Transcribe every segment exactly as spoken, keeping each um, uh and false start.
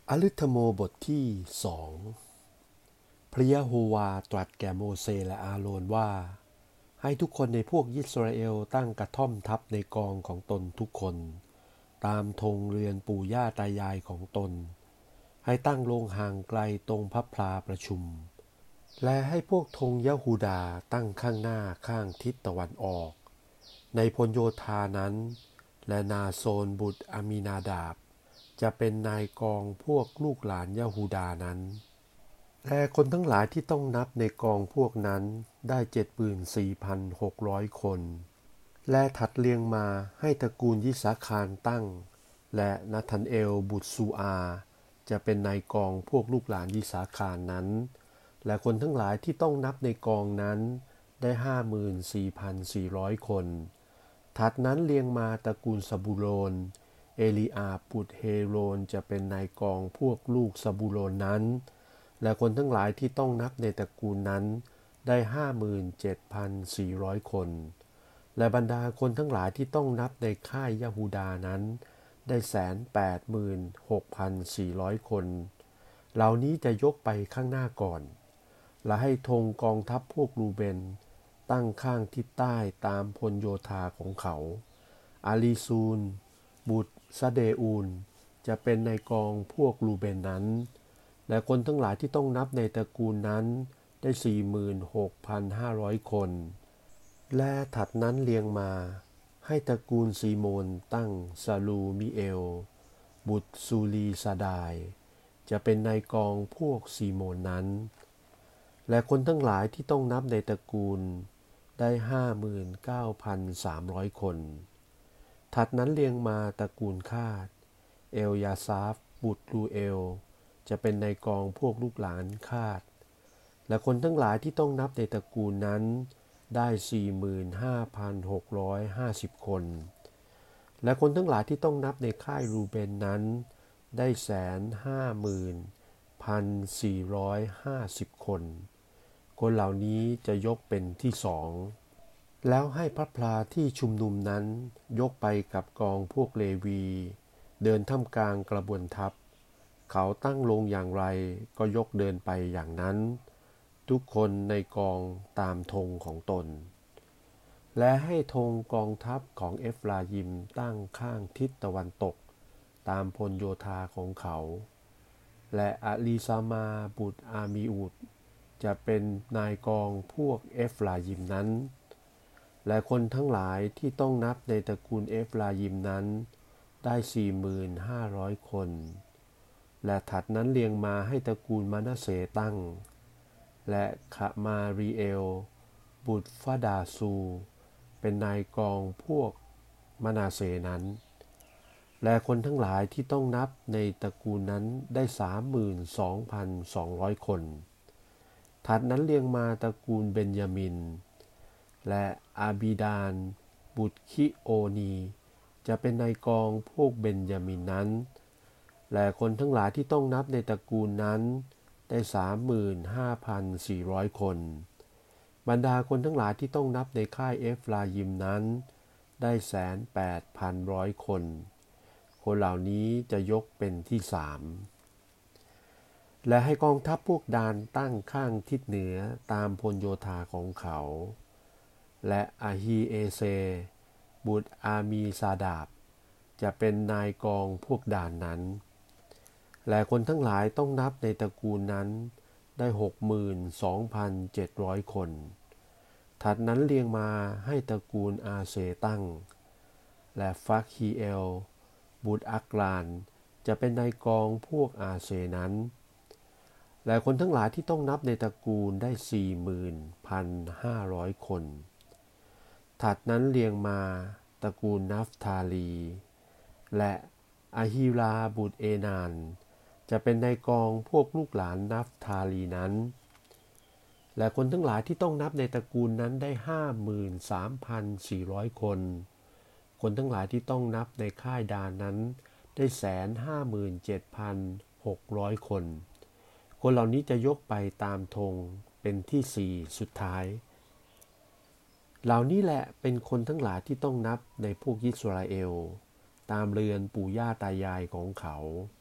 อฤธโมบทที่สองพระยะโฮวาตรัสแก่โมเสสและอาโรนว่าให้ทุกคนในพวกอิสราเอลตั้งกระท่อมทัพในกองของตนทุกคนตามธงเรือนปู่ย่าตายายของตนให้ตั้งลงห่างไกลตรงพระพลาประชุมและให้พวกธงยะฮูดาตั้งข้างหน้าข้างทิศตะวันออกในพลโยธานั้นและนาโซนบุตรอามินาดาบจะเป็นนายกองพวกลูกหลานยะฮูดานั้นและคนทั้งหลายที่ต้องนับในกองพวกนั้นได้เจ็ดหมื่นสี่พันหกร้อยคนและถัดเรียงมาให้ตระกูลยิสาคารตั้งและนาธานเอลบุตรซูอาจะเป็นนายกองพวกลูกหลานยิสาคารนั้นและคนทั้งหลายที่ต้องนับในกองนั้นได้ห้าหมื่นสี่พันสี่ร้อยคนถัดนั้นเรียงมาตระกูลซะบูโลนเอลีอาบบุตรเฮโรนจะเป็นนายกองพวกลูกซะบูโลนนั้นและคนทั้งหลายที่ต้องนับในตระกูลนั้นได้ห้าหมื่นเจ็ดพันสี่ร้อยคนและบรรดาคนทั้งหลายที่ต้องนับในค่ายยะฮูดานั้นได้แสนแปดหมื่นหกพันสี่ร้อยคนเหล่านี้จะยกไปข้างหน้าก่อนและให้ธงกองทัพพวกรูเบนตั้งข้างทิศใต้ตามพลโยธาของเขาอาลีซูนบุตรซะเดอูลจะเป็นนายกองพวกรูเบนนั้นและคนทั้งหลายที่ต้องนับในตระกูลนั้นได้ สี่หมื่นหกพันห้าร้อย คนและถัดนั้นเรียงมาให้ตระกูลซีโมนตั้งซาลูมิเอลบุตรซูลีซาดายจะเป็นนายกองพวกซีโมนนั้นและคนทั้งหลายที่ต้องนับในตระกูลได้ ห้าหมื่นเก้าพันสามร้อย คนถัดนั้นเรียงมาตระกูลคาดเอลยาซาฟบุตรลูเอลจะเป็นนายกองพวกลูกหลานคาดและคนทั้งหลายที่ต้องนับในตระกูลนั้นได้ สี่หมื่นห้าพันหกร้อยห้าสิบ คนและคนทั้งหลายที่ต้องนับในค่ายรูเบนนั้นได้แสนห้าหมื่นพันสี่ร้อยห้าสิบคนคนเหล่านี้จะยกเป็นที่สองแล้วให้พระพลาที่ชุมนุมนั้นยกไปกับกองพวกเลวีเดินท่ามกลางกระบวนทัพเขาตั้งลงอย่างไรก็ยกเดินไปอย่างนั้นทุกคนในกองตามธงของตนและให้ธงกองทัพของเอฟรายิมตั้งข้างทิศตะวันตกตามพลโยธาของเขาและอาลีซามาบุตรอามีอุดจะเป็นนายกองพวกเอฟรายิมนั้นและคนทั้งหลายที่ต้องนับในตระกูลเอฟรายิมนั้นได้ สี่หมื่นห้าร้อย คนและถัดนั้นเรียงมาให้ตระกูลมานาเสตั้งและคามารีเอลบุตรฟาดาซูเป็นนายกองพวกมานาเสนั้นและคนทั้งหลายที่ต้องนับในตระกูลนั้นได้ สามหมื่นสองพันสองร้อย คนถัดนั้นเรียงมาตระกูลเบนยามินและอาบีดานบุตรคิโอนีจะเป็นนายกองพวกเบนยามินนั้นและคนทั้งหลายที่ต้องนับในตระกูลนั้นได้ สามหมื่นห้าพันสี่ร้อย คนบรรดาคนทั้งหลายที่ต้องนับในค่ายเอฟรายิมนั้นได้แสนแปดพันร้อยคนคนเหล่านี้จะยกเป็นที่สามและให้กองทัพพวกดานตั้งข้างทิศเหนือตามพลโยธาของเขาและอาฮีเอเซบุตรอามีซาดาบจะเป็นนายกองพวกดานนั้นและคนทั้งหลายต้องนับในตระกูลนั้นได้ หกหมื่นสองพันเจ็ดร้อย คนถัดนั้นเรียงมาให้ตระกูลอาเซตั้งและฟักฮีเอลบุตรอักลานจะเป็นนายกองพวกอาเซนั้นและคนทั้งหลายที่ต้องนับในตระกูลได้ สี่หมื่นห้าร้อย คนถัดนั้นเรียงมาตระกูลนัฟทาลีและอาฮิราบุตรเอนานจะเป็นนายกองพวกลูกหลานนัฟทาลีนั้นและคนทั้งหลายที่ต้องนับในตระกูลนั้นได้ ห้าหมื่นสามพันสี่ร้อย คนคนทั้งหลายที่ต้องนับในค่ายดานนั้นได้ หนึ่งแสนห้าหมื่นเจ็ดพันหกร้อย คนคนเหล่านี้จะยกไปตามธงเป็นที่สี่สุดท้ายเหล่านี้แหละเป็นคนทั้งหลายที่ต้องนับในพวกอิสราเอลตามเรือนปู่ย่าตายายของเขา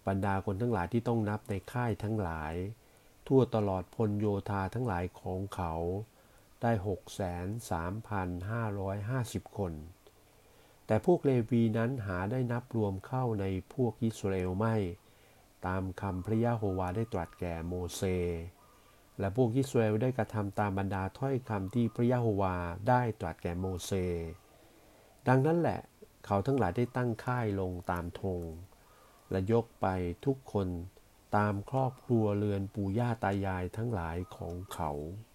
บรรดาคนทั้งหลายที่ต้องนับในค่ายทั้งหลายทั่วตลอดพลโยธาทั้งหลายของเขาได้ หกแสนสามพันห้าร้อยห้าสิบ คนแต่พวกเลวีนั้นหาได้นับรวมเข้าในพวกอิสราเอลไม่ตามคำพระยะโฮวาได้ตรัสแก่โมเสสและพวกอิสราเอลได้กระทำตามบรรดาถ้อยคำที่พระยะโฮวาได้ตรัสแก่โมเสสดังนั้นแหละเขาทั้งหลายได้ตั้งค่ายลงตามธงและยกไปทุกคนตามครอบครัวเรือนปู่ย่าตายายทั้งหลายของเขา